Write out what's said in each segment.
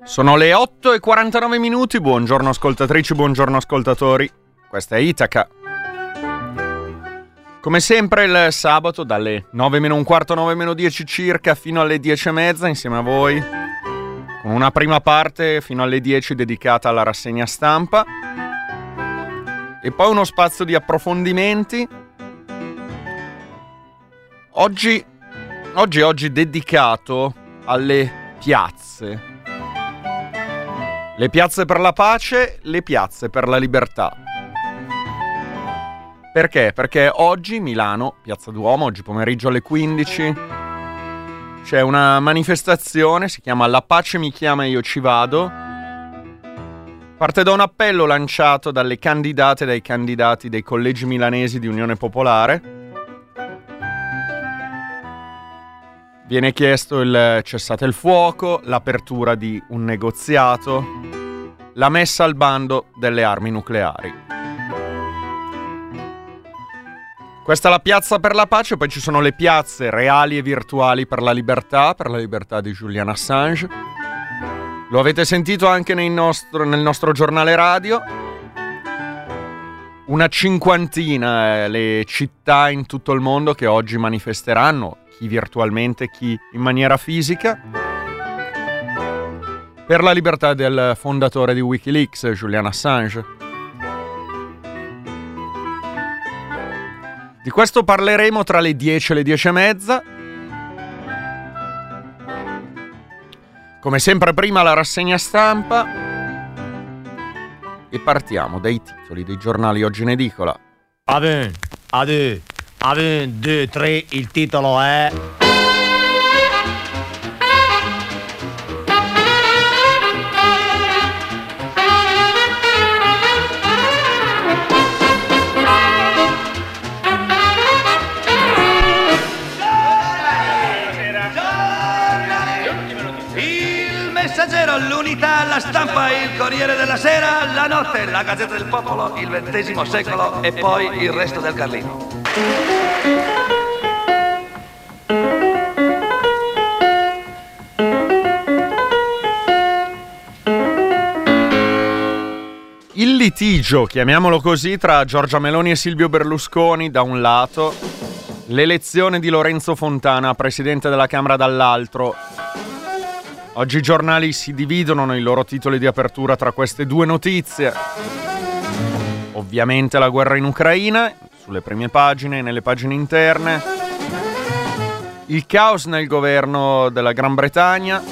Sono le 8:49, buongiorno ascoltatrici, buongiorno ascoltatori, questa è Itaca. Come sempre il sabato dalle 9:15, 9:10 circa fino alle 10:30 insieme a voi, con una prima parte fino alle 10 dedicata alla rassegna stampa e poi uno spazio di approfondimenti. Oggi dedicato alle piazze. Le piazze per la pace, le piazze per la libertà. Perché? Perché oggi Milano, Piazza Duomo, oggi pomeriggio alle 15, c'è una manifestazione, si chiama La pace mi chiama e io ci vado. Parte da un appello lanciato dalle candidate e dai candidati dei collegi milanesi di Unione Popolare. Viene chiesto il cessate il fuoco, l'apertura di un negoziato, la messa al bando delle armi nucleari. Questa è la piazza per la pace, poi ci sono le piazze reali e virtuali per la libertà di Julian Assange. Lo avete sentito anche nel nostro giornale radio. Una cinquantina le città in tutto il mondo che oggi manifesteranno, chi virtualmente, chi in maniera fisica, per la libertà del fondatore di Wikileaks, Julian Assange. Di questo parleremo tra le 10 e le 10:30. Come sempre prima la rassegna stampa e partiamo dai titoli dei giornali oggi in edicola. A 2, 3, il titolo è... Il Messaggero, l'Unità, la Stampa, il Corriere della Sera, la Notte, la Gazzetta del Popolo, il XX secolo e poi il resto del Carlino. Il litigio, chiamiamolo così, tra Giorgia Meloni e Silvio Berlusconi da un lato, l'elezione di Lorenzo Fontana, presidente della Camera, dall'altro. Oggi i giornali si dividono nei loro titoli di apertura tra queste due notizie. Ovviamente la guerra in Ucraina, sulle prime pagine e nelle pagine interne. Il caos nel governo della Gran Bretagna.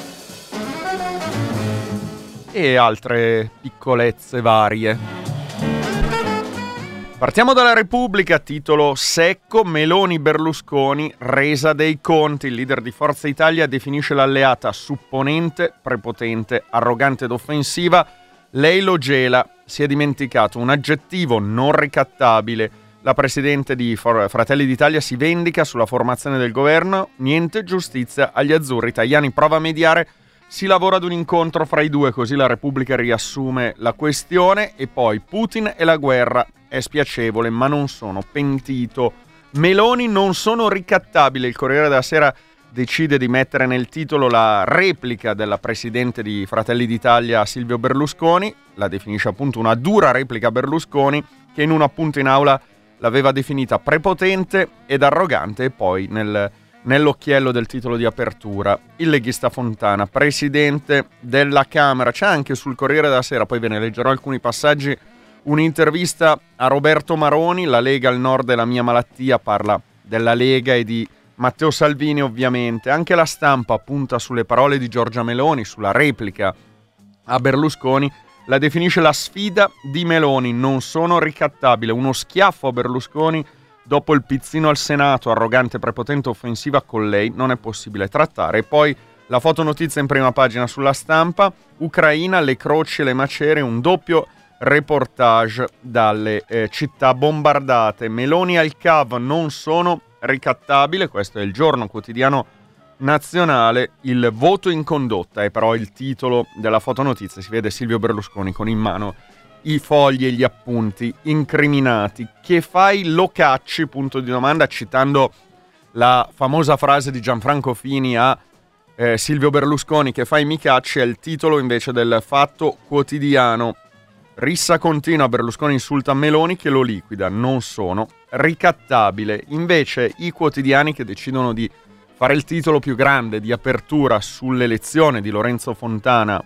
E altre piccolezze varie. Partiamo dalla Repubblica, titolo secco, Meloni-Berlusconi, resa dei conti. Il leader di Forza Italia definisce l'alleata supponente, prepotente, arrogante ed offensiva. Lei lo gela, si è dimenticato un aggettivo non ricattabile. La presidente di Fratelli d'Italia si vendica sulla formazione del governo. Niente giustizia agli azzurri. Tajani prova a mediare. Si lavora ad un incontro fra i due, così la Repubblica riassume la questione. E poi Putin e la guerra. È spiacevole, ma non sono pentito. Meloni non sono ricattabile. Il Corriere della Sera decide di mettere nel titolo la replica della presidente di Fratelli d'Italia Silvio Berlusconi. La definisce appunto una dura replica Berlusconi, che in un appunto in aula l'aveva definita prepotente ed arrogante. E poi nell'occhiello del titolo di apertura il leghista Fontana, presidente della Camera. C'è anche sul Corriere della Sera, poi ve ne leggerò alcuni passaggi, un'intervista a Roberto Maroni. La Lega al nord è la mia malattia, parla della Lega e di Matteo Salvini ovviamente. Anche la Stampa punta sulle parole di Giorgia Meloni, sulla replica a Berlusconi, la definisce la sfida di Meloni, non sono ricattabile, uno schiaffo a Berlusconi dopo il pizzino al Senato, arrogante, prepotente, offensiva, con lei non è possibile trattare. E poi la fotonotizia in prima pagina sulla Stampa, Ucraina, le croci e le macerie, un doppio reportage dalle città bombardate. Meloni al CAV, non sono ricattabile, questo è il Giorno Quotidiano Nazionale. Il voto in condotta è però il titolo della fotonotizia. Si vede Silvio Berlusconi con in mano i fogli e gli appunti incriminati. Che fai, lo cacci? Punto di domanda, citando la famosa frase di Gianfranco Fini a Silvio Berlusconi che fa i micacci, è il titolo invece del Fatto Quotidiano. Rissa continua, Berlusconi insulta Meloni che lo liquida, non sono ricattabile. Invece i quotidiani che decidono di fare il titolo più grande di apertura sull'elezione di Lorenzo Fontana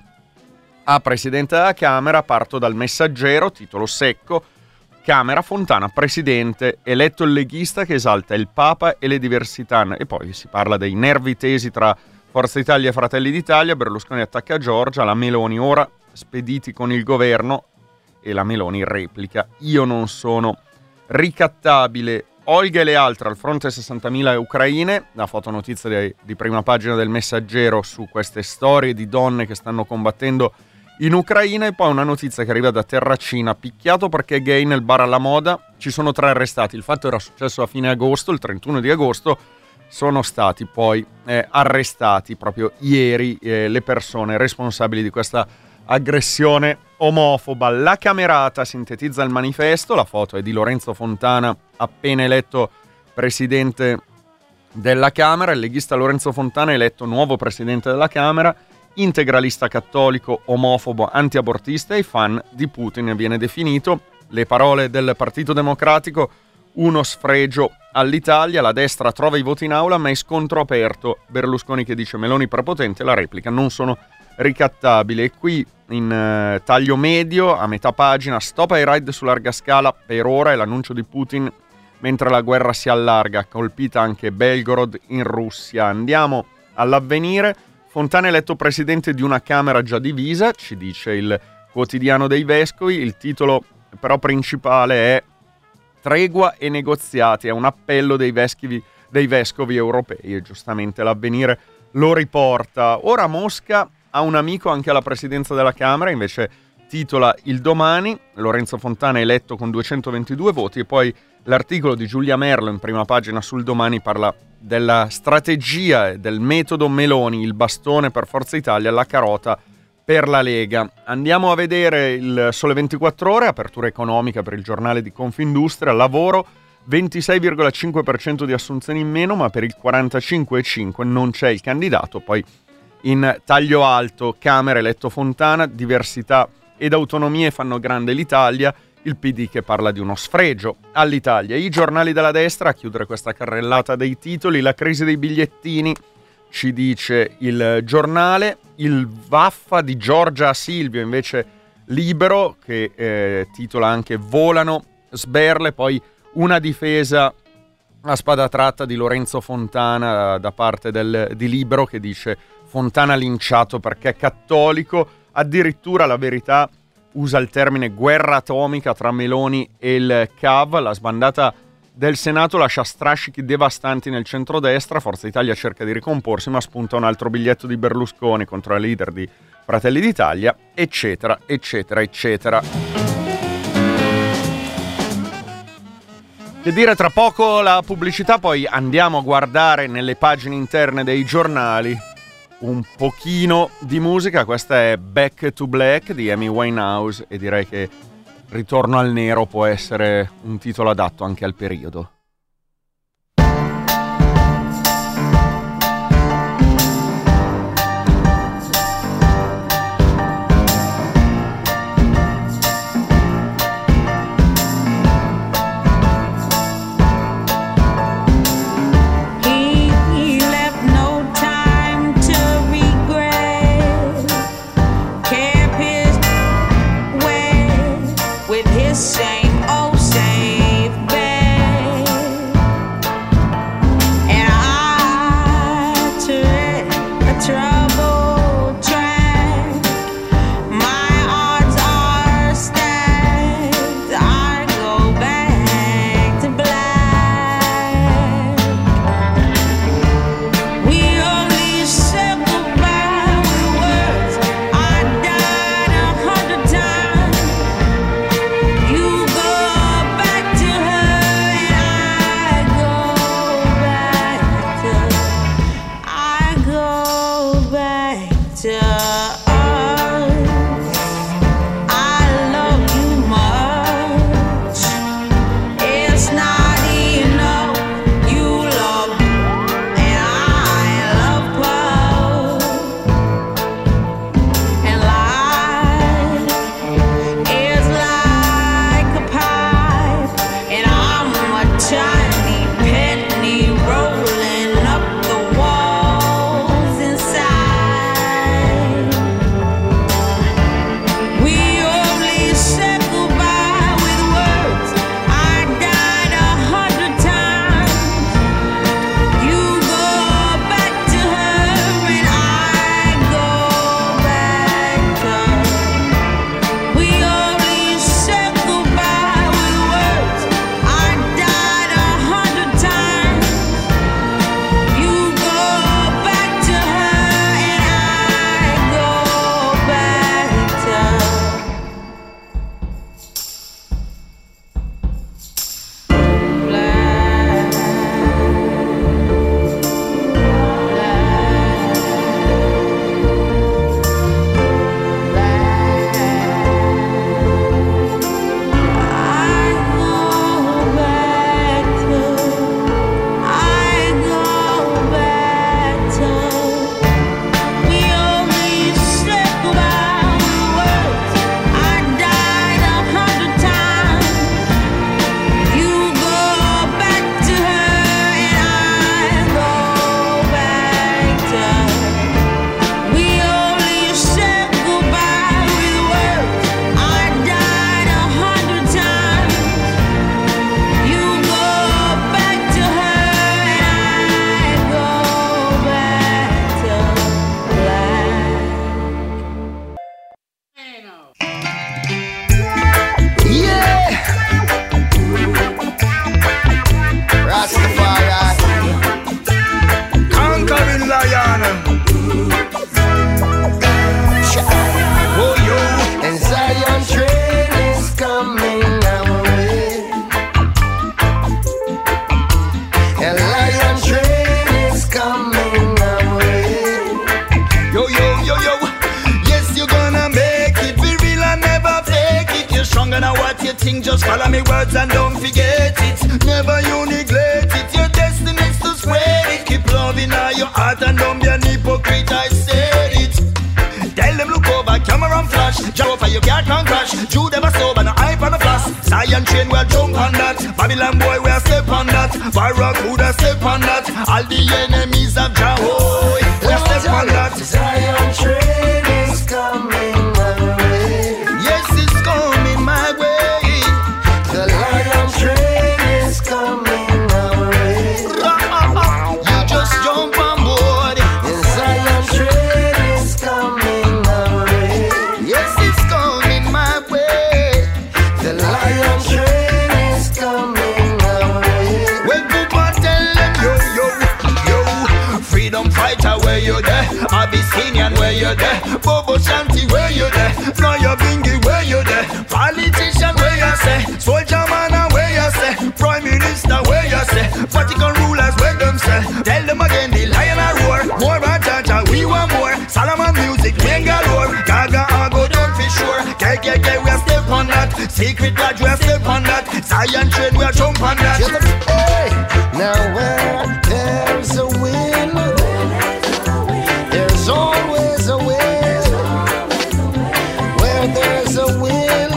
a Presidente della Camera, parto dal Messaggero, titolo secco, Camera, Fontana Presidente, eletto il leghista che esalta il Papa e le diversità, e poi si parla dei nervi tesi tra Forza Italia e Fratelli d'Italia, Berlusconi attacca Giorgia, la Meloni ora spediti con il governo e la Meloni replica, io non sono ricattabile. Olga e le altre al fronte 60.000 ucraine, la fotonotizia di prima pagina del Messaggero su queste storie di donne che stanno combattendo in Ucraina, e poi una notizia che arriva da Terracina, picchiato perché gay nel bar alla moda, ci sono 3 arrestati, il fatto era successo a fine agosto, il 31 di agosto, sono stati poi arrestati proprio ieri le persone responsabili di questa aggressione omofoba. La Camerata sintetizza il manifesto, la foto è di Lorenzo Fontana appena eletto presidente della Camera, il leghista Lorenzo Fontana eletto nuovo presidente della Camera, integralista cattolico, omofobo, antiabortista e fan di Putin viene definito. Le parole del Partito Democratico, uno sfregio all'Italia, la destra trova i voti in aula ma è scontro aperto, Berlusconi che dice Meloni prepotente, la replica non sono ricattabile. E qui in taglio medio a metà pagina, stop ai raid su larga scala per ora è l'annuncio di Putin mentre la guerra si allarga, colpita anche Belgorod in Russia. Andiamo all'Avvenire, Fontana eletto presidente di una Camera già divisa, ci dice il quotidiano dei Vescovi, il titolo però principale è Tregua e negoziati, è un appello dei vescovi europei, e giustamente l'Avvenire lo riporta. Ora Mosca ha un amico anche alla presidenza della Camera, invece titola il Domani, Lorenzo Fontana eletto con 222 voti, e poi l'articolo di Giulia Merlo in prima pagina sul Domani parla della strategia e del metodo Meloni, il bastone per Forza Italia, la carota per la Lega. Andiamo a vedere il Sole 24 Ore, apertura economica per il giornale di Confindustria, lavoro 26,5% di assunzioni in meno, ma per il 45,5% non c'è il candidato. Poi in taglio alto, Camera eletto Fontana, diversità ed autonomie fanno grande l'Italia, il PD che parla di uno sfregio all'Italia. I giornali della destra, a chiudere questa carrellata dei titoli, la crisi dei bigliettini, ci dice il giornale, il vaffa di Giorgia a Silvio, invece Libero, che titola anche volano sberle, poi una difesa a spada tratta di Lorenzo Fontana da parte di Libero, che dice Fontana linciato perché è cattolico, addirittura La Verità usa il termine guerra atomica tra Meloni e il CAV, la sbandata del Senato lascia strascichi devastanti nel centrodestra, Forza Italia cerca di ricomporsi ma spunta un altro biglietto di Berlusconi contro la leader di Fratelli d'Italia, eccetera, eccetera, eccetera. Che dire, tra poco la pubblicità, poi andiamo a guardare nelle pagine interne dei giornali un pochino di musica. Questa è Back to Black di Amy Winehouse e direi che Ritorno al nero può essere un titolo adatto anche al periodo. Same old safe bed, and I tread a troubled track. My odds are stacked. I go back to black. We only said goodbye with words. I died 100 times. You go back to her and I go back to us. I love you much. It's not enough. You love and I love your thing, just follow me words and don't forget it. Never you neglect it. Your destiny's to spread it. Keep loving all your heart and don't be an hypocrite. I said it. Tell them look over, camera and flash. Jump for your car can crash. Jude ever sober, no hype on the flash. Zion train, we'll jump on that. Babylon boy, we'll step on that. Barracuda, step on that. All the enemies of Jehovah, we'll step on that. Zion train is coming my way. Yes, it's coming my way. The Lion train is coming our way. You just jump on board. The Zion train is coming our way. Yes, it's coming my way. The Lion train is coming our way. When people tell them yo, freedom fighter where you there, Abyssinian where you there, Bobo Shanti where you there, Noya Bingi where you there, politician where you say, soldier man where you say, prime minister where you say, Vatican rulers where them say, tell them again the lion a roar, more Rajaja we want more, Solomon music ring galore, Gaga I go down for sure, KKK we a step on that, Secret Lodge we a step on that, Zion train we a jump on that. Hey, now where there's a will, there's always a will. Where there's a will,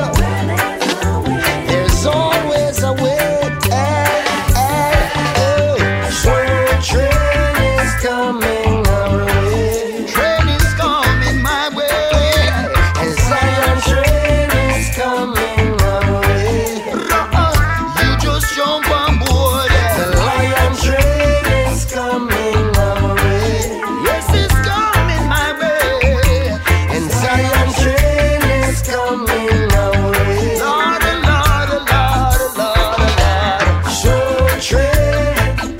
there's always a will. Hey, hey, hey. So train is coming our way. Train is coming my way. And Zion train is coming our way. You just jump on board. The Lion train is coming our way. Yes, it's coming my way. And Zion train is coming our way. Lord, Lord, Lord, Lord, Lord. So train,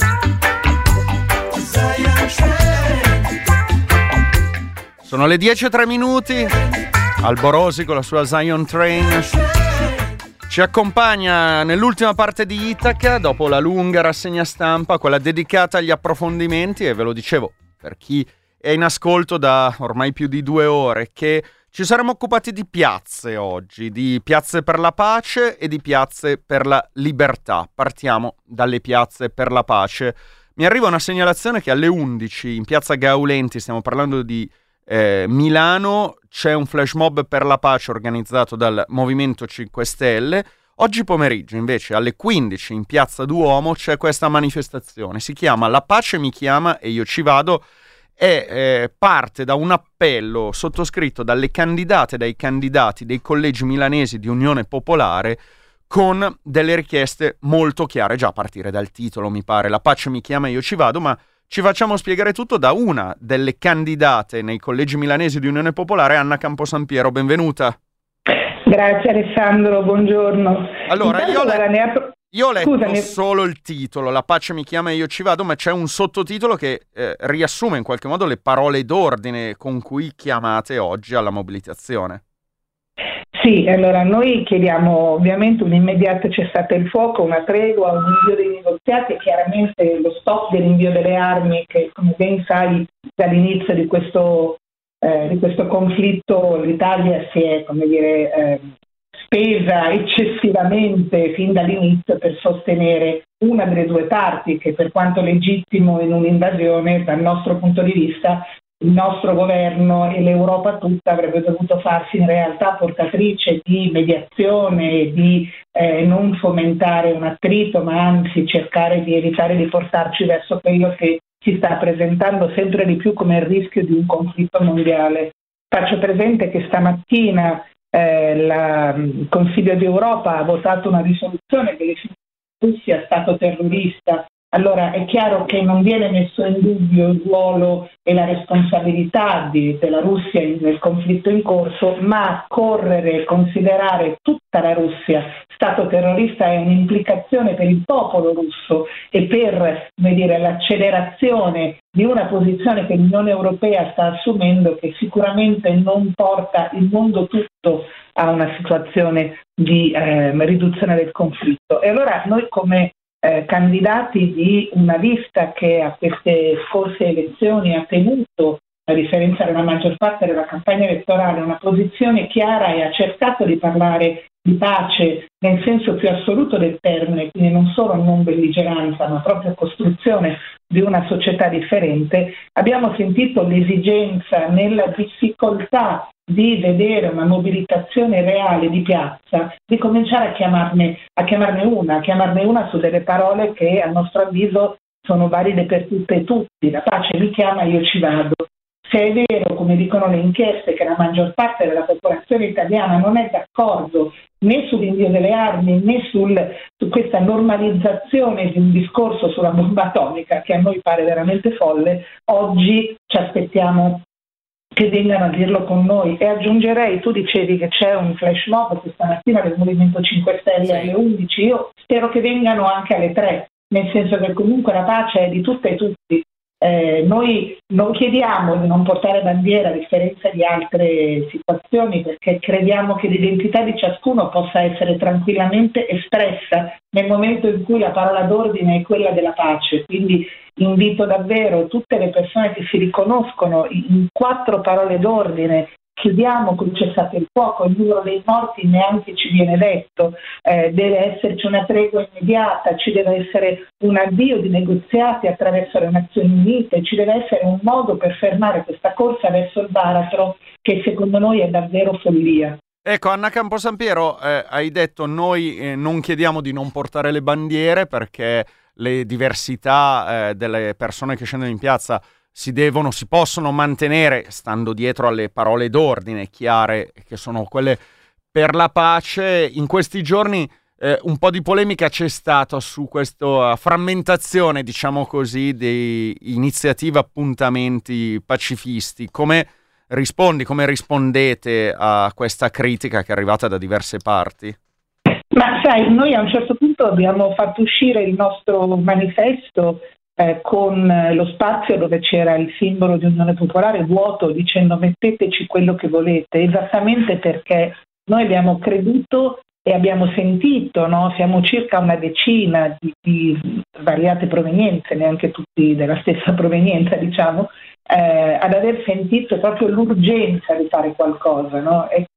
Zion train. Sono le 10:03, Alborosi con la sua Zion Train ci accompagna nell'ultima parte di Itaca dopo la lunga rassegna stampa, quella dedicata agli approfondimenti, e ve lo dicevo per chi è in ascolto da ormai più di 2 ore che ci saremmo occupati di piazze oggi, di piazze per la pace e di piazze per la libertà. Partiamo dalle piazze per la pace. Mi arriva una segnalazione che alle 11 in piazza Gaulenti, stiamo parlando di Milano, c'è un flash mob per la pace organizzato dal Movimento 5 Stelle. Oggi pomeriggio invece alle 15 in piazza Duomo c'è questa manifestazione, si chiama La pace mi chiama e io ci vado, e parte da un appello sottoscritto dalle candidate, dai candidati dei collegi milanesi di Unione Popolare, con delle richieste molto chiare, già a partire dal titolo mi pare, La pace mi chiama e io ci vado, ma ci facciamo spiegare tutto da una delle candidate nei collegi milanesi di Unione Popolare, Anna Camposampiero, benvenuta. Grazie Alessandro, buongiorno. Allora, io ho letto Scusami. solo il titolo, La pace mi chiama e io ci vado, ma c'è un sottotitolo che riassume in qualche modo le parole d'ordine con cui chiamate oggi alla mobilitazione. Sì, allora noi chiediamo ovviamente un immediato cessate il fuoco, una tregua, un invio dei negoziati e chiaramente lo stop dell'invio delle armi che, come ben sai, dall'inizio di questo conflitto l'Italia si è, spesa eccessivamente fin dall'inizio per sostenere una delle due parti che, per quanto legittimo in un'invasione, dal nostro punto di vista il nostro governo e l'Europa tutta avrebbe dovuto farsi in realtà portatrice di mediazione e di non fomentare un attrito, ma anzi cercare di evitare di portarci verso quello che si sta presentando sempre di più come il rischio di un conflitto mondiale. Faccio presente che stamattina il Consiglio d'Europa ha votato una risoluzione che definisce la Russia stato terrorista. Allora è chiaro che non viene messo in dubbio il ruolo e la responsabilità della Russia nel conflitto in corso, ma considerare tutta la Russia stato terrorista è un'implicazione per il popolo russo e per l'accelerazione di una posizione che l'Unione Europea sta assumendo, che sicuramente non porta il mondo tutto a una situazione di riduzione del conflitto. E allora noi come candidati di una lista che a queste scorse elezioni ha tenuto a differenza della maggior parte della campagna elettorale, una posizione chiara e ha cercato di parlare di pace nel senso più assoluto del termine, quindi non solo non belligeranza, ma proprio costruzione di una società differente, abbiamo sentito l'esigenza nella difficoltà di vedere una mobilitazione reale di piazza, di cominciare a chiamarne una su delle parole che a nostro avviso sono valide per tutte e tutti. La pace mi chiama, io ci vado. Se è vero, come dicono le inchieste, che la maggior parte della popolazione italiana non è d'accordo né sull'invio delle armi né su questa normalizzazione di un discorso sulla bomba atomica che a noi pare veramente folle, oggi ci aspettiamo che vengano a dirlo con noi. E aggiungerei, tu dicevi che c'è un flash mob questa mattina del Movimento 5 Stelle alle 11, io spero che vengano anche alle 3, nel senso che comunque la pace è di tutte e tutti. Noi non chiediamo di non portare bandiera a differenza di altre situazioni, perché crediamo che l'identità di ciascuno possa essere tranquillamente espressa nel momento in cui la parola d'ordine è quella della pace. Quindi invito davvero tutte le persone che si riconoscono in 4 parole d'ordine: chiudiamo col cessate il fuoco, il numero dei morti neanche ci viene detto, deve esserci una tregua immediata, ci deve essere un avvio di negoziati attraverso le Nazioni Unite, ci deve essere un modo per fermare questa corsa verso il baratro che secondo noi è davvero follia. Ecco, Anna Camposampiero, hai detto noi non chiediamo di non portare le bandiere perché le diversità delle persone che scendono in piazza si possono mantenere stando dietro alle parole d'ordine chiare che sono quelle per la pace. In questi giorni un po' di polemica c'è stata su questa frammentazione, diciamo così, di iniziative, appuntamenti pacifisti. Come rispondete a questa critica che è arrivata da diverse parti? Ma sai, noi a un certo punto abbiamo fatto uscire il nostro manifesto con lo spazio dove c'era il simbolo di Unione Popolare vuoto, dicendo metteteci quello che volete, esattamente perché noi abbiamo creduto e abbiamo sentito, no? Siamo circa una decina di variate provenienze, neanche tutti della stessa provenienza, diciamo, ad aver sentito proprio l'urgenza di fare qualcosa, no? E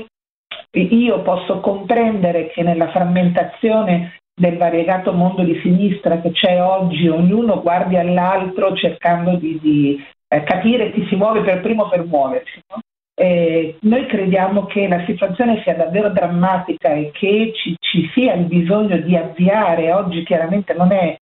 io posso comprendere che nella frammentazione del variegato mondo di sinistra che c'è oggi, ognuno guardi all'altro cercando di capire chi si muove per primo per muoversi, no? Noi crediamo che la situazione sia davvero drammatica e che ci sia il bisogno di avviare. Oggi chiaramente non è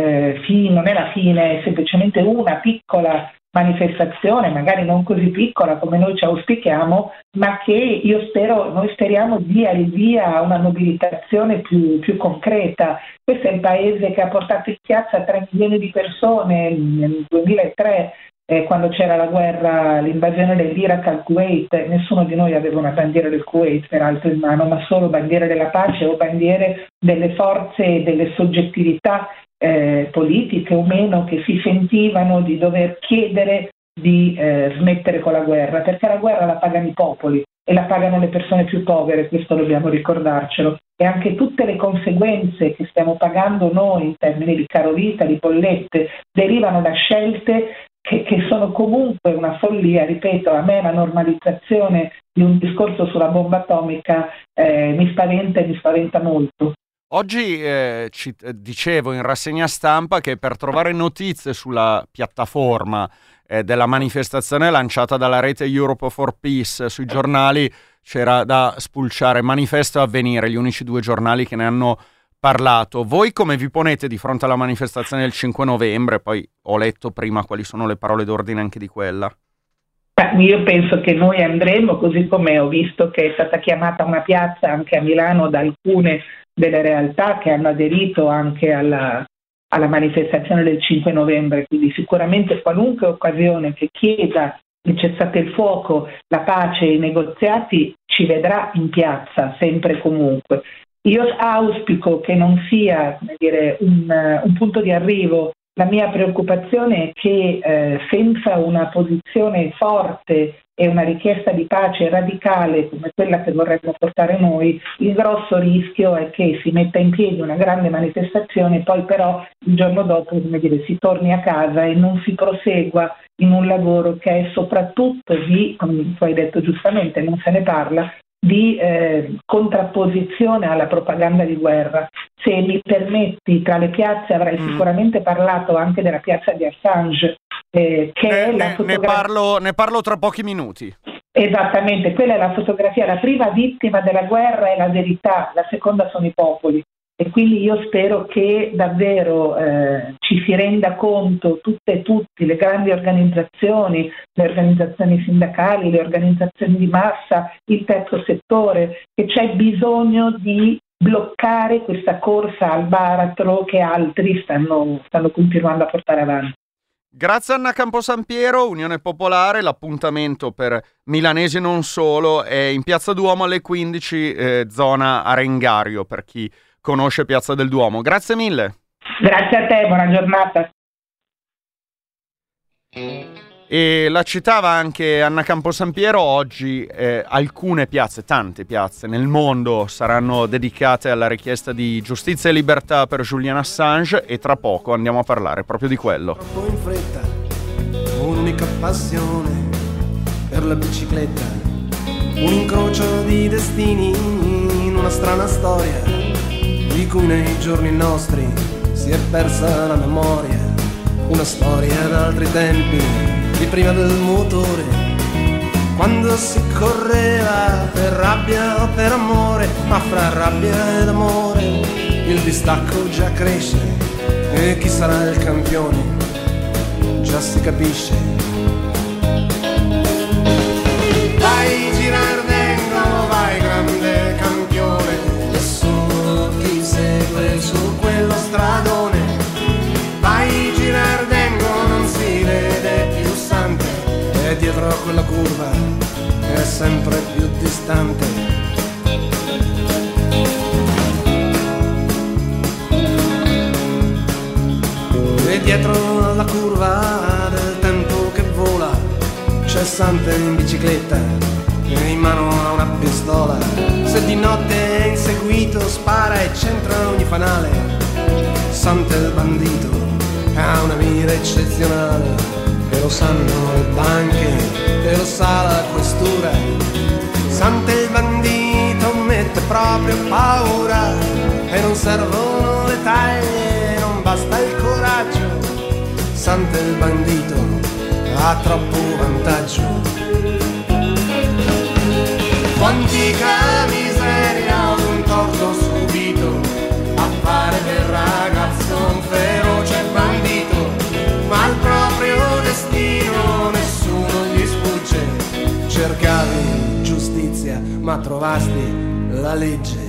la fine, è semplicemente una piccola manifestazione, magari non così piccola come noi ci auspichiamo, ma che noi speriamo dia il via a una mobilitazione più concreta. Questo è il paese che ha portato in piazza 3 milioni di persone nel 2003, quando c'era la guerra, l'invasione dell'Iraq al Kuwait. Nessuno di noi aveva una bandiera del Kuwait peraltro in mano, ma solo bandiere della pace o bandiere delle forze e delle soggettività politiche o meno che si sentivano di dover chiedere di smettere con la guerra, perché la guerra la pagano i popoli e la pagano le persone più povere, questo dobbiamo ricordarcelo, e anche tutte le conseguenze che stiamo pagando noi in termini di caro vita, di bollette, derivano da scelte che sono comunque una follia. Ripeto, a me la normalizzazione di un discorso sulla bomba atomica mi spaventa molto. Oggi ci dicevo in rassegna stampa che per trovare notizie sulla piattaforma della manifestazione lanciata dalla rete Europe for Peace sui giornali c'era da spulciare Manifesto e Avvenire, gli unici 2 giornali che ne hanno parlato. Voi come vi ponete di fronte alla manifestazione del 5 novembre? Poi ho letto prima quali sono le parole d'ordine anche di quella. Io penso che noi andremo, così come ho visto che è stata chiamata una piazza anche a Milano da alcune delle realtà che hanno aderito anche alla manifestazione del 5 novembre, quindi sicuramente qualunque occasione che chieda il cessate il fuoco, la pace e i negoziati ci vedrà in piazza, sempre e comunque. Io auspico che non sia, come dire, un punto di arrivo. La mia preoccupazione è che senza una posizione forte e una richiesta di pace radicale come quella che vorremmo portare noi, il grosso rischio è che si metta in piedi una grande manifestazione e poi però il giorno dopo, come dire, si torni a casa e non si prosegua in un lavoro che è soprattutto di, come tu hai detto giustamente, non se ne parla, di contrapposizione alla propaganda di guerra. Se mi permetti, tra le piazze avrai sicuramente parlato anche della piazza di Assange, che è la fotografia. Ne parlo tra pochi minuti. Esattamente, quella è la fotografia. La prima vittima della guerra è la verità, la seconda sono i popoli. E quindi io spero che davvero ci si renda conto, tutte e tutti, le grandi organizzazioni, le organizzazioni sindacali, le organizzazioni di massa, il terzo settore, che c'è bisogno di bloccare questa corsa al baratro che altri stanno continuando a portare avanti. Grazie Anna Camposampiero, Unione Popolare. L'appuntamento per milanesi non solo è in Piazza Duomo alle 15, zona Arengario, per chi conosce Piazza del Duomo. Grazie mille. Grazie a te, buona giornata. E la citava anche Anna Camposampiero, oggi alcune piazze, tante piazze nel mondo saranno dedicate alla richiesta di giustizia e libertà per Julian Assange, e tra poco andiamo a parlare proprio di quello. Troppo in fretta, un'unica passione per la bicicletta, un incrocio di destini in una strana storia di cui nei giorni nostri si è persa la memoria, una storia d'altri tempi, di prima del motore, quando si correva per rabbia o per amore, ma fra rabbia ed amore il distacco già cresce, e chi sarà il campione già si capisce. Vai Girardengo, vai grande campione, nessuno ti segue su quello stradone. Vai Girardengo, non si vede più Sante, e dietro a quella curva è sempre più distante. E dietro alla curva del tempo che vola c'è Sante in bicicletta e in mano ha una pistola. Se di notte è inseguito spara e centra ogni fanale. Sante il bandito ha una mira eccezionale, e lo sanno le banche, e lo sa la questura. Sante il bandito mette proprio paura, e non servono le taglie, non basta il coraggio. Sante il bandito ha troppo vantaggio. Quantica miseria, un torto subito, appare del ragazzo un feroce bandito, ma al proprio destino nessuno gli sfugge. Cercavi giustizia, ma trovasti la legge.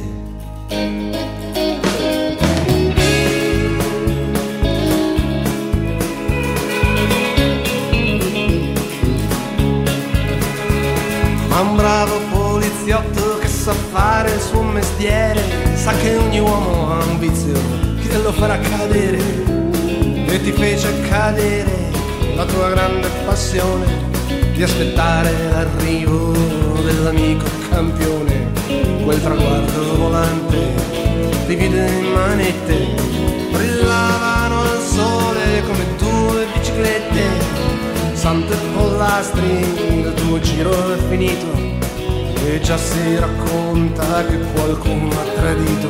Ma un bravo poliziotto che sa fare il suo mestiere sa che ogni uomo ha un vizio che lo farà cadere, e ti fece cadere la tua grande passione di aspettare l'arrivo dell'amico campione. Quel traguardo volante di vide in manette brillavano al sole come due biciclette. Sante pollastri, il tuo giro è finito, e già si racconta che qualcuno ha tradito.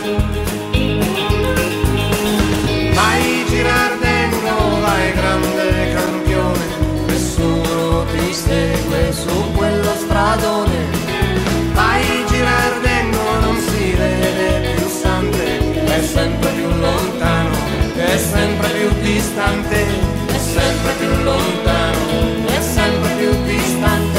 Vai Girardengo, vai grande campione, nessuno ti segue su quello stradone. Vai Girardengo, non si vede più Sante, è sempre più lontano, è sempre più distante, è sempre più lontano, è sempre più distante.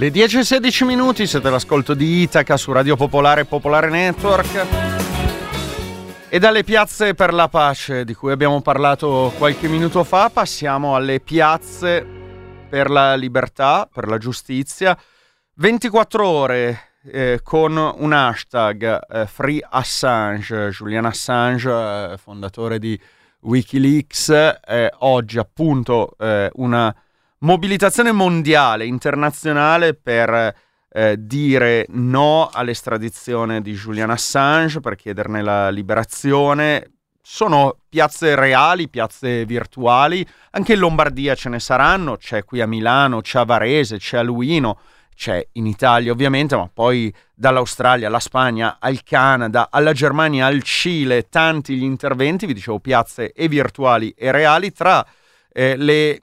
Le 10:16 minuti, siete all'ascolto di Itaca su Radio Popolare e Popolare Network. E dalle piazze per la pace, di cui abbiamo parlato qualche minuto fa, passiamo alle piazze per la libertà, per la giustizia. 24 ore con un hashtag Free Assange. Julian Assange, fondatore di Wikileaks, oggi appunto una mobilitazione mondiale, internazionale per dire no all'estradizione di Julian Assange, per chiederne la liberazione. Sono piazze reali, piazze virtuali, anche in Lombardia ce ne saranno, c'è qui a Milano, c'è a Varese, c'è a Luino, c'è in Italia ovviamente, ma poi dall'Australia alla Spagna, al Canada, alla Germania, al Cile, tanti gli interventi, vi dicevo piazze e virtuali e reali. Tra le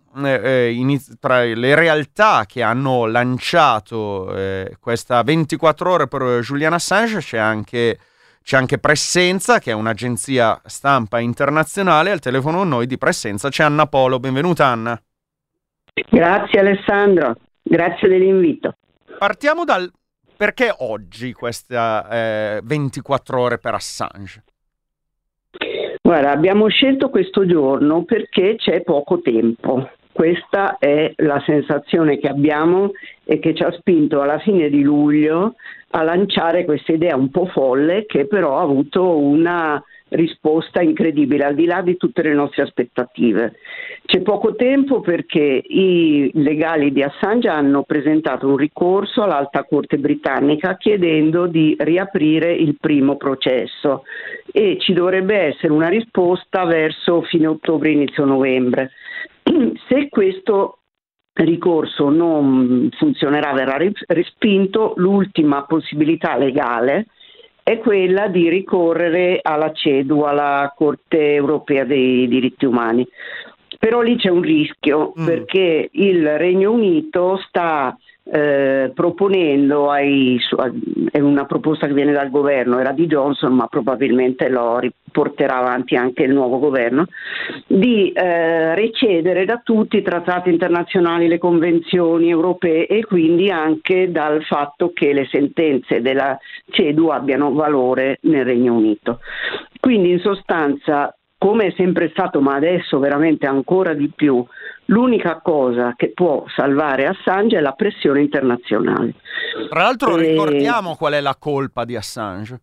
realtà che hanno lanciato questa 24 ore per Julian Assange c'è anche Pressenza, che è un'agenzia stampa internazionale. Al telefono con noi di Pressenza c'è Anna Polo. Benvenuta Anna. Grazie Alessandro, grazie dell'invito. Partiamo dal perché oggi questa 24 ore per Assange. Guarda, abbiamo scelto questo giorno perché c'è poco tempo. Questa è la sensazione che abbiamo e che ci ha spinto alla fine di luglio a lanciare questa idea un po' folle, che però ha avuto una risposta incredibile, al di là di tutte le nostre aspettative. C'è poco tempo perché i legali di Assange hanno presentato un ricorso all'Alta Corte britannica chiedendo di riaprire il primo processo e ci dovrebbe essere una risposta verso fine ottobre, inizio novembre. Se questo ricorso non funzionerà, verrà respinto, l'ultima possibilità legale è quella di ricorrere alla CEDU, alla Corte Europea dei Diritti Umani. Però lì c'è un rischio, perché il Regno Unito sta proponendo, è una proposta che viene dal governo, era di Johnson, ma probabilmente lo riporterà avanti anche il nuovo governo, di recedere da tutti i trattati internazionali, le convenzioni europee e quindi anche dal fatto che le sentenze della CEDU abbiano valore nel Regno Unito. Quindi in sostanza, come è sempre stato, ma adesso veramente ancora di più, l'unica cosa che può salvare Assange è la pressione internazionale. Tra l'altro ricordiamo qual è la colpa di Assange.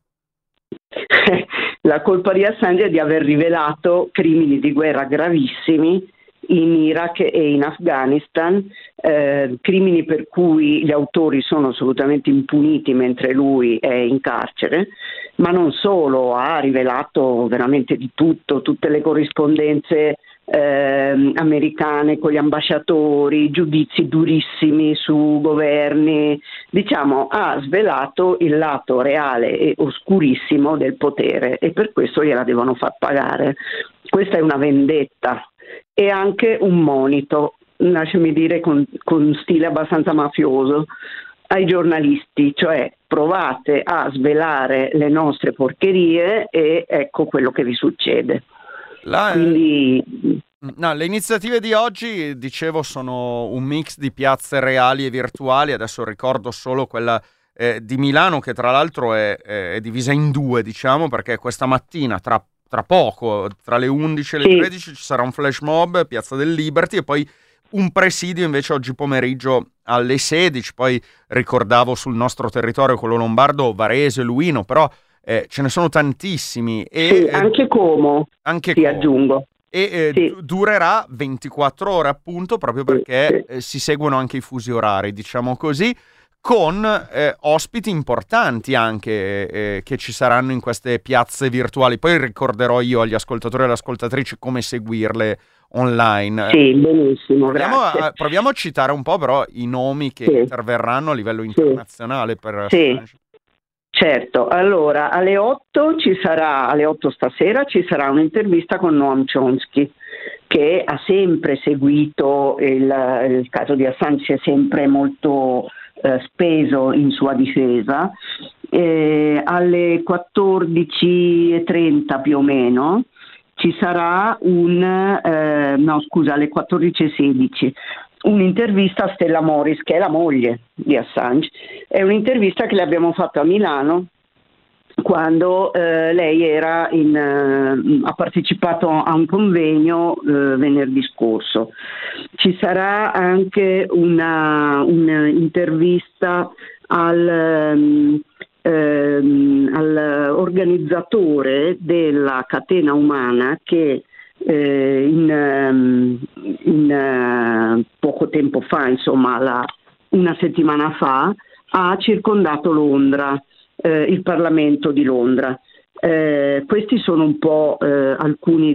La colpa di Assange è di aver rivelato crimini di guerra gravissimi in Iraq e in Afghanistan, crimini per cui gli autori sono assolutamente impuniti mentre lui è in carcere, ma non solo, ha rivelato veramente di tutto, tutte le corrispondenze americane con gli ambasciatori, giudizi durissimi su governi, diciamo ha svelato il lato reale e oscurissimo del potere e per questo gliela devono far pagare. Questa è una vendetta e anche un monito, lasciami dire con stile abbastanza mafioso, ai giornalisti, cioè provate a svelare le nostre porcherie e ecco quello che vi succede. Quindi no, le iniziative di oggi, dicevo, sono un mix di piazze reali e virtuali. Adesso ricordo solo quella di Milano, che tra l'altro è divisa in due, diciamo, perché questa mattina tra poco, tra le 11 e le 13 ci sarà un flash mob, Piazza del Liberty, e poi un presidio invece oggi pomeriggio alle 16. Poi ricordavo sul nostro territorio, quello lombardo, Varese, Luino, però ce ne sono tantissimi. E, anche Como, aggiungo. E durerà 24 ore appunto, proprio perché si seguono anche i fusi orari, diciamo così, con ospiti importanti anche che ci saranno in queste piazze virtuali. Poi ricorderò io agli ascoltatori e alle ascoltatrici come seguirle online. Sì, benissimo, grazie. Proviamo a citare un po' però i nomi che interverranno a livello internazionale per Assange. Certo, allora alle 8 stasera ci sarà un'intervista con Noam Chomsky, che ha sempre seguito il caso di Assange, si è sempre molto speso in sua difesa. Alle 14:30 più o meno ci sarà alle 14:16 un'intervista a Stella Moris, che è la moglie di Assange. È un'intervista che le abbiamo fatto a Milano quando lei era ha partecipato a un convegno venerdì scorso. Ci sarà anche un'intervista all'organizzatore della catena umana che in poco tempo fa, insomma una settimana fa, ha circondato Londra, il Parlamento di Londra. Questi sono un po' alcuni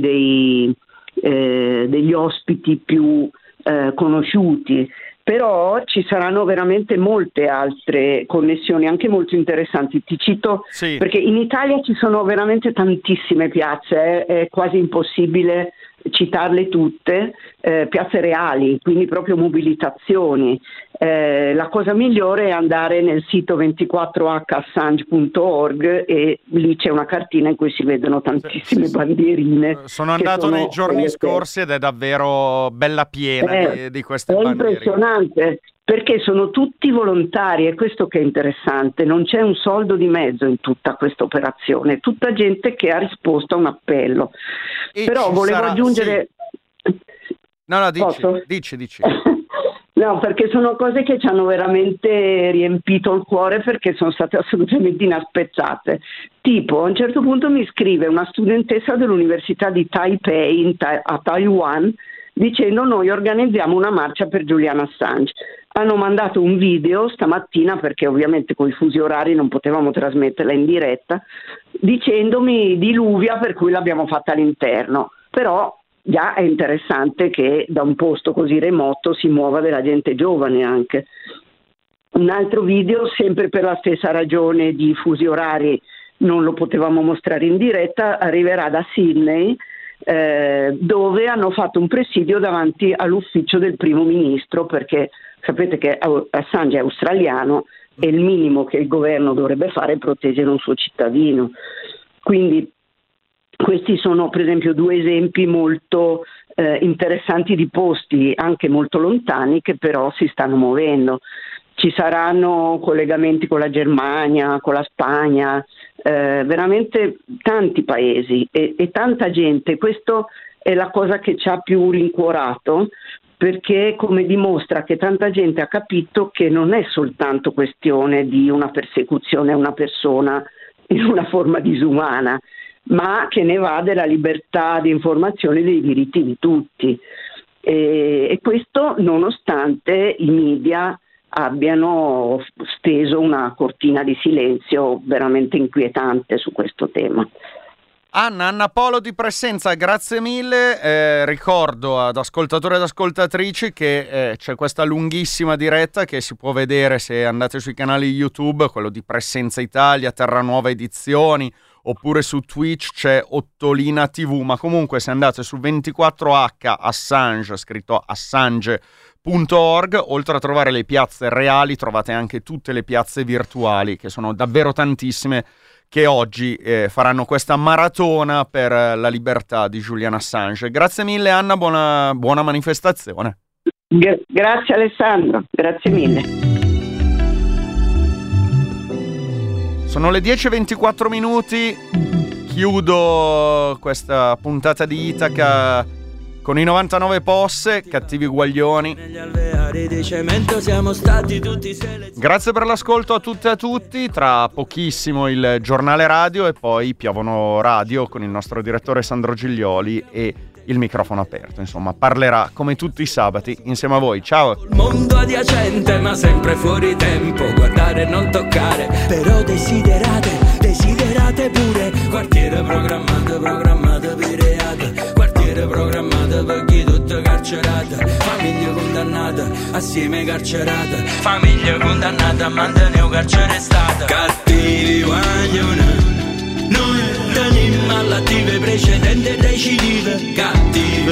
degli ospiti più conosciuti, però ci saranno veramente molte altre connessioni anche molto interessanti. Ti cito perché in Italia ci sono veramente tantissime piazze, è quasi impossibile citarle tutte, piazze reali, quindi proprio mobilitazioni. La cosa migliore è andare nel sito 24hassange.org e lì c'è una cartina in cui si vedono tantissime bandierine. Sono andato nei giorni scorsi ed è davvero bella piena di queste bandierine. È impressionante, perché sono tutti volontari, è questo che è interessante, non c'è un soldo di mezzo in tutta questa operazione, tutta gente che ha risposto a un appello. Però volevo aggiungere... Sì. No, dici. No, perché sono cose che ci hanno veramente riempito il cuore, perché sono state assolutamente inaspettate. Tipo, a un certo punto mi scrive una studentessa dell'Università di Taipei a Taiwan dicendo: noi organizziamo una marcia per Julian Assange. Hanno mandato un video stamattina, perché ovviamente con i fusi orari non potevamo trasmetterla in diretta, dicendomi diluvia, per cui l'abbiamo fatta all'interno. Però già è interessante che da un posto così remoto si muova della gente giovane anche. Un altro video, sempre per la stessa ragione di fusi orari, non lo potevamo mostrare in diretta, arriverà da Sydney, dove hanno fatto un presidio davanti all'ufficio del primo ministro, perché sapete che Assange è australiano e il minimo che il governo dovrebbe fare è proteggere un suo cittadino. Quindi questi sono per esempio due esempi molto interessanti di posti anche molto lontani che però si stanno muovendo. Ci saranno collegamenti con la Germania, con la Spagna, veramente tanti paesi e tanta gente. Questo è la cosa che ci ha più rincuorato, perché come dimostra che tanta gente ha capito che non è soltanto questione di una persecuzione a una persona in una forma disumana, ma che ne va della libertà di informazione e dei diritti di tutti. E questo nonostante i media abbiano steso una cortina di silenzio veramente inquietante su questo tema. Anna Polo di Presenza, grazie mille. Ricordo ad ascoltatori ed ascoltatrici che c'è questa lunghissima diretta che si può vedere se andate sui canali YouTube, quello di Presenza Italia, Terranuova Edizioni, oppure su Twitch c'è Ottolina TV, ma comunque se andate su 24H Assange, scritto Assange.org, oltre a trovare le piazze reali trovate anche tutte le piazze virtuali, che sono davvero tantissime, che oggi faranno questa maratona per la libertà di Julian Assange. Grazie mille Anna, buona manifestazione. Grazie Alessandro, grazie mille. Sono le 10:24, chiudo questa puntata di Itaca con i 99 Posse, Cattivi Guaglioni. Grazie per l'ascolto a tutte e a tutti. Tra pochissimo il giornale radio e poi Piovono Radio con il nostro direttore Sandro Giglioli e il microfono aperto. Insomma, parlerà come tutti i sabati insieme a voi. Ciao. Mondo adiacente ma sempre fuori tempo, guardare e non toccare, però desiderate pure. Quartiere programmato per reato, quartiere programmato per chi tutto carcerato, famiglia condannata assieme carcerata, famiglia condannata a mantenere un carcere stato. Cattivi guaglioni, noi teniamo malattie precedenti e recidive. Cattiva,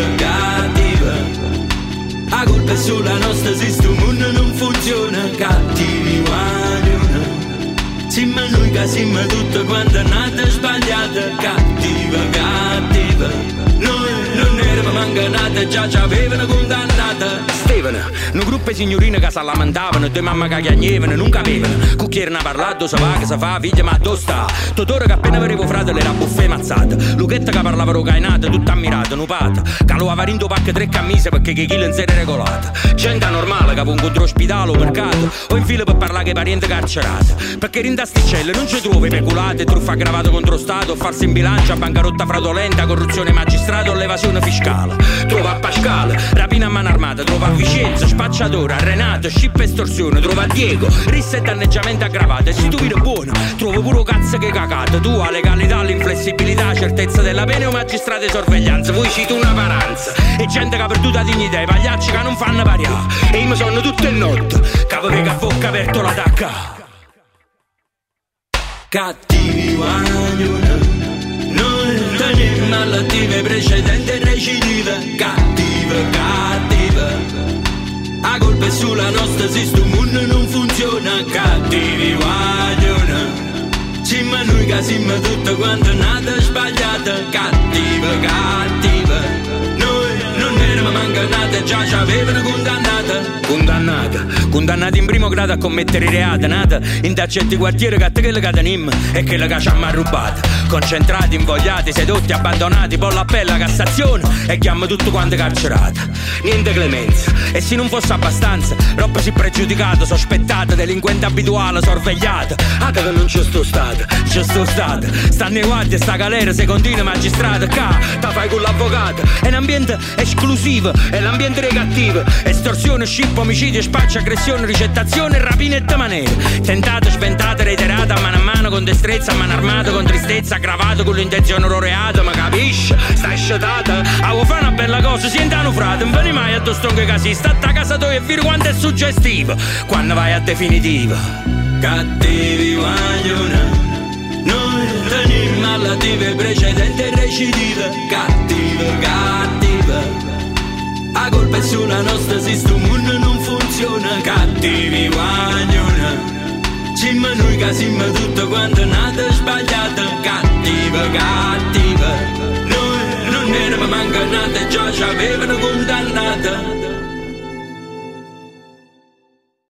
la colpa è sulla nostra, se sto mondo non funziona. Cattivi guaglioni, siamo noi che siamo tutto quanto nata sbagliata. Cattiva, noi non eravamo manca nata, già ci avevano condannata. vivevano, un gruppo di signorine che si lamentavano, due mamma che chiagnevano, non capevano, cucchierne a parlare, si va, che si fa, figlia, ma dove sta? Totoro che appena avevo fratello era buffet mazzata, Luchetta che parlava rocainata, tutta ammirata, nupata, che lo aveva rinto pacche 3 camicie perché che chilo in serie regolata, gente normale che può incontrare ospedale o mercato, o in fila per parlare che parenti carcerati, perché rindasticelle non ci trovi peculate, truffa aggravata contro Stato, farsi in bilancia, bancarotta fraudolenta, corruzione magistrato, l'evasione fiscale, trova a Pascale, rapina a mano armata, trova a Vicenza, spacciatore, a Renato, scippa estorsione, trova a Diego, rissa e danneggiamento aggravato, e se tu vieni buono, trovo pure cazzo che cagate, tu a legalità, l'inflessibilità, certezza della pena o magistrati di sorveglianza, voi siete una paranza, e gente che ha perduto la dignità, i pagliacci che non fanno pariare, e io mi sono tutto il notte, capo che a bocca aperto la tacca. Cattivi guaglione, noi teniamo malattie precedenti e recidive, cattive, la colpa è sulla nostra se sto mondo non funziona, cattivi guaglione, sì ma noi che siamo tutto quanto nata sbagliata, cattiva, noi non eravamo manca nata, già ci avevano condannata in primo grado a commettere i reati, nata in taccetti quartiere che quello che tenim e quello che ci hanno rubato, concentrati, invogliati, sedotti, abbandonati, poi l'appello a Cassazione e chiamo tutto quanto carcerato, niente clemenza, e se non fosse abbastanza troppo si pregiudicato, sospettato, delinquente abituale, sorvegliato, che non c'è sto stato, stanno i guardi e sta galera se continua magistrato, te fai con l'avvocato, è un ambiente esclusivo, è l'ambiente negativo, estorsione, scippo, omicidio, spaccio, aggressione, ricettazione, rapinetta manera, tentata, sventata, reiterata a mano con destrezza, a mano armata con tristezza, aggravato con l'intenzione reato, ma capisci? Stai sciatata, avevo fa una bella cosa, si entrano frate, non veni mai a dostonche casi, sta a casa tua e vedi quanto è suggestivo, quando vai a definitiva. Cattivi guaglione, noi teniamo malattie precedenti e recidive, cattive, la colpa è sulla nostra se sto mondo non funziona, cattivi guaglione, sì ma noi che siamo tutto quanto nata sbagliata, cattiva, noi non eravamo manca nata, già ci avevano condannata.